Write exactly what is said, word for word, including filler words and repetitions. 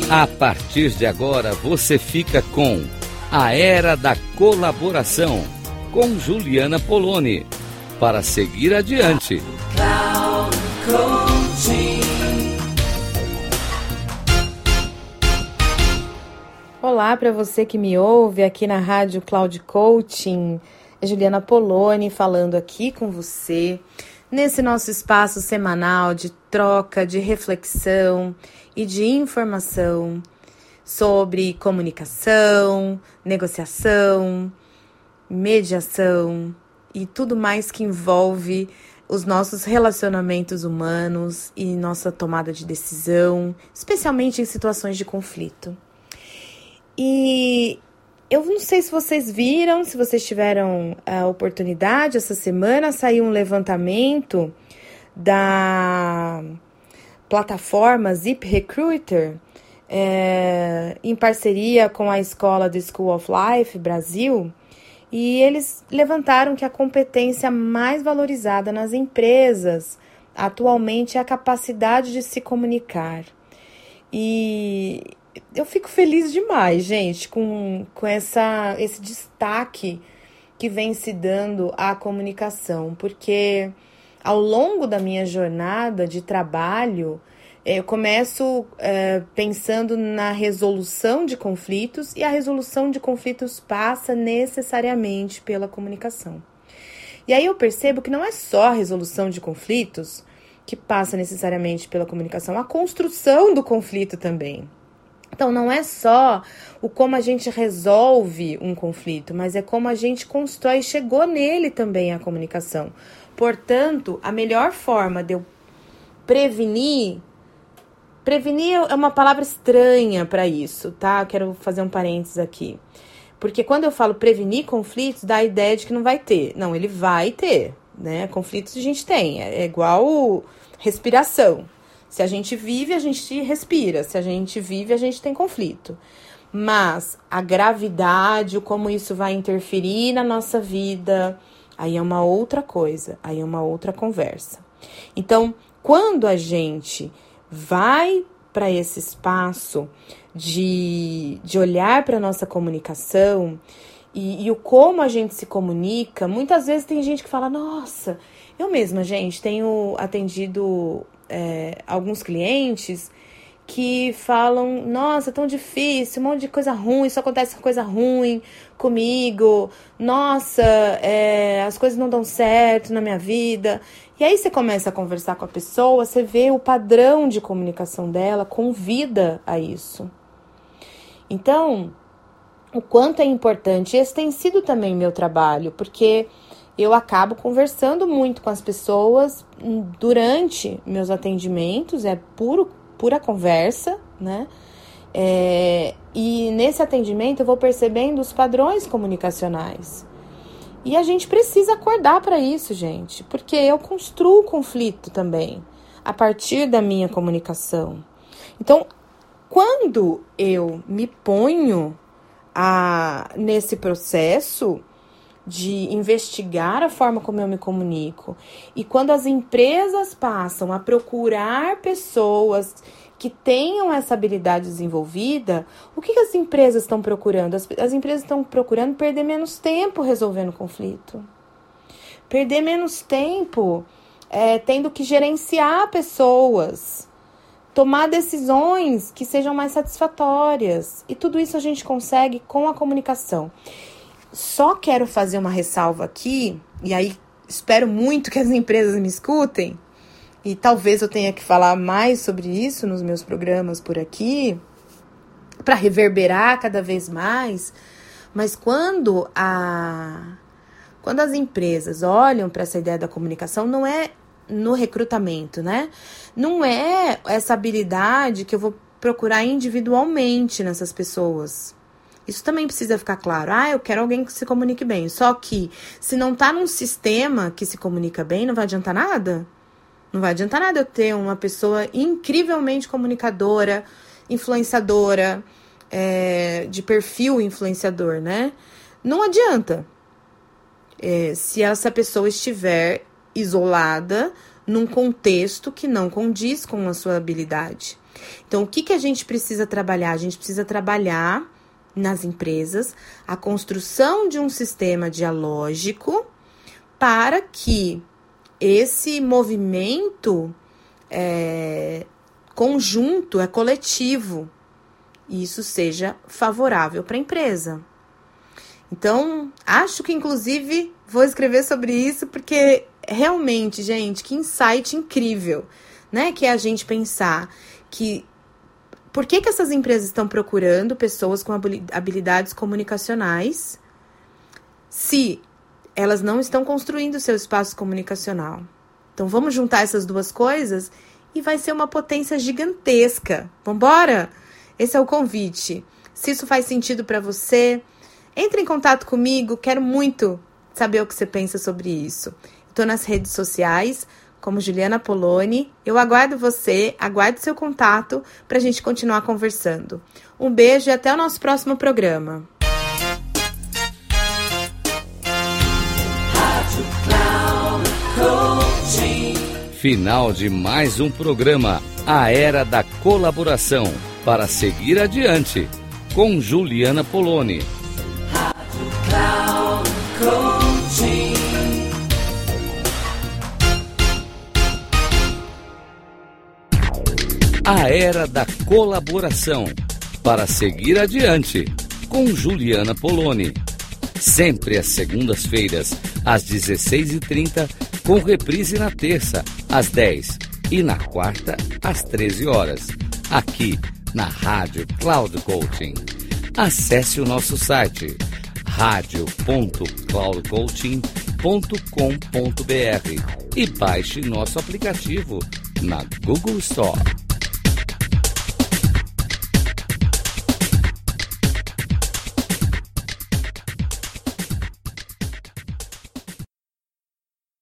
A partir de agora você fica com A Era da Colaboração, com Juliana Poloni, para seguir adiante. Olá para você que me ouve aqui na Rádio Cloud Coaching. É Juliana Poloni falando aqui com você nesse nosso espaço semanal de troca, de reflexão e de informação sobre comunicação, negociação, mediação e tudo mais que envolve os nossos relacionamentos humanos e nossa tomada de decisão, especialmente em situações de conflito. E eu não sei se vocês viram, se vocês tiveram a oportunidade, essa semana saiu um levantamento da plataforma ZipRecruiter, é, em parceria com a escola The School of Life Brasil, e eles levantaram que a competência mais valorizada nas empresas atualmente é a capacidade de se comunicar. E eu fico feliz demais, gente, com, com essa, esse destaque que vem se dando à comunicação, porque ao longo da minha jornada de trabalho, eu começo é, pensando na resolução de conflitos, e a resolução de conflitos passa necessariamente pela comunicação. E aí eu percebo que não é só a resolução de conflitos que passa necessariamente pela comunicação, a construção do conflito também. Então, não é só o como a gente resolve um conflito, mas é como a gente constrói, chegou nele também a comunicação. Portanto, a melhor forma de eu prevenir... Prevenir é uma palavra estranha para isso, tá? Eu quero fazer um parênteses aqui. Porque quando eu falo prevenir conflitos, dá a ideia de que não vai ter. Não, ele vai ter, né? Conflitos a gente tem, é igual respiração. Se a gente vive, a gente respira. Se a gente vive, a gente tem conflito. Mas a gravidade, o como isso vai interferir na nossa vida, aí é uma outra coisa, aí é uma outra conversa. Então, quando a gente vai para esse espaço de, de olhar para a nossa comunicação e, e o como a gente se comunica, muitas vezes tem gente que fala, nossa, eu mesma, gente, tenho atendido é, alguns clientes que falam, nossa, é tão difícil, um monte de coisa ruim, só acontece coisa ruim comigo, nossa, é, as coisas não dão certo na minha vida. E aí você começa a conversar com a pessoa, você vê o padrão de comunicação dela, convida a isso. Então, o quanto é importante, esse tem sido também meu trabalho, porque eu acabo conversando muito com as pessoas durante meus atendimentos, é puro pura conversa, né? É, e nesse atendimento eu vou percebendo os padrões comunicacionais. E a gente precisa acordar para isso, gente, porque eu construo conflito também a partir da minha comunicação. Então, quando eu me ponho a, nesse processo de investigar a forma como eu me comunico, e quando as empresas passam a procurar pessoas que tenham essa habilidade desenvolvida, o que, que as empresas estão procurando? As, as empresas estão procurando perder menos tempo resolvendo conflito. Perder menos tempo é, tendo que gerenciar pessoas, tomar decisões que sejam mais satisfatórias. E tudo isso a gente consegue com a comunicação. Só quero fazer uma ressalva aqui, e aí espero muito que as empresas me escutem, e talvez eu tenha que falar mais sobre isso nos meus programas por aqui, para reverberar cada vez mais, mas quando, a, quando as empresas olham para essa ideia da comunicação, não é no recrutamento, né? Não é essa habilidade que eu vou procurar individualmente nessas pessoas. Isso também precisa ficar claro. Ah, eu quero alguém que se comunique bem. Só que, se não tá num sistema que se comunica bem, não vai adiantar nada. Não vai adiantar nada eu ter uma pessoa incrivelmente comunicadora, influenciadora, é, de perfil influenciador, né? Não adianta. É, se essa pessoa estiver isolada num contexto que não condiz com a sua habilidade. Então, o que, que a gente precisa trabalhar? A gente precisa trabalhar nas empresas a construção de um sistema dialógico para que esse movimento é, conjunto, é coletivo, e isso seja favorável para a empresa. Então, acho que, inclusive, vou escrever sobre isso, porque realmente, gente, que insight incrível, né? Que é a gente pensar que por que, que essas empresas estão procurando pessoas com habilidades comunicacionais se elas não estão construindo seu espaço comunicacional. Então, vamos juntar essas duas coisas e vai ser uma potência gigantesca. Vambora? Esse é o convite. Se isso faz sentido para você, entre em contato comigo. Quero muito saber o que você pensa sobre isso. Estou nas redes sociais, como Juliana Poloni. Eu aguardo você, aguardo seu contato para a gente continuar conversando. Um beijo e até o nosso próximo programa. Final de mais um programa, A Era da Colaboração, para seguir adiante, com Juliana Poloni. A Era da Colaboração, para seguir adiante, com Juliana Poloni. Sempre às segundas-feiras, às dezesseis e trinta, com reprise na terça, às dez, e na quarta, às treze horas, aqui na Rádio Cloud Coaching. Acesse o nosso site radio ponto cloud coaching ponto com ponto b r e baixe nosso aplicativo na Google Store.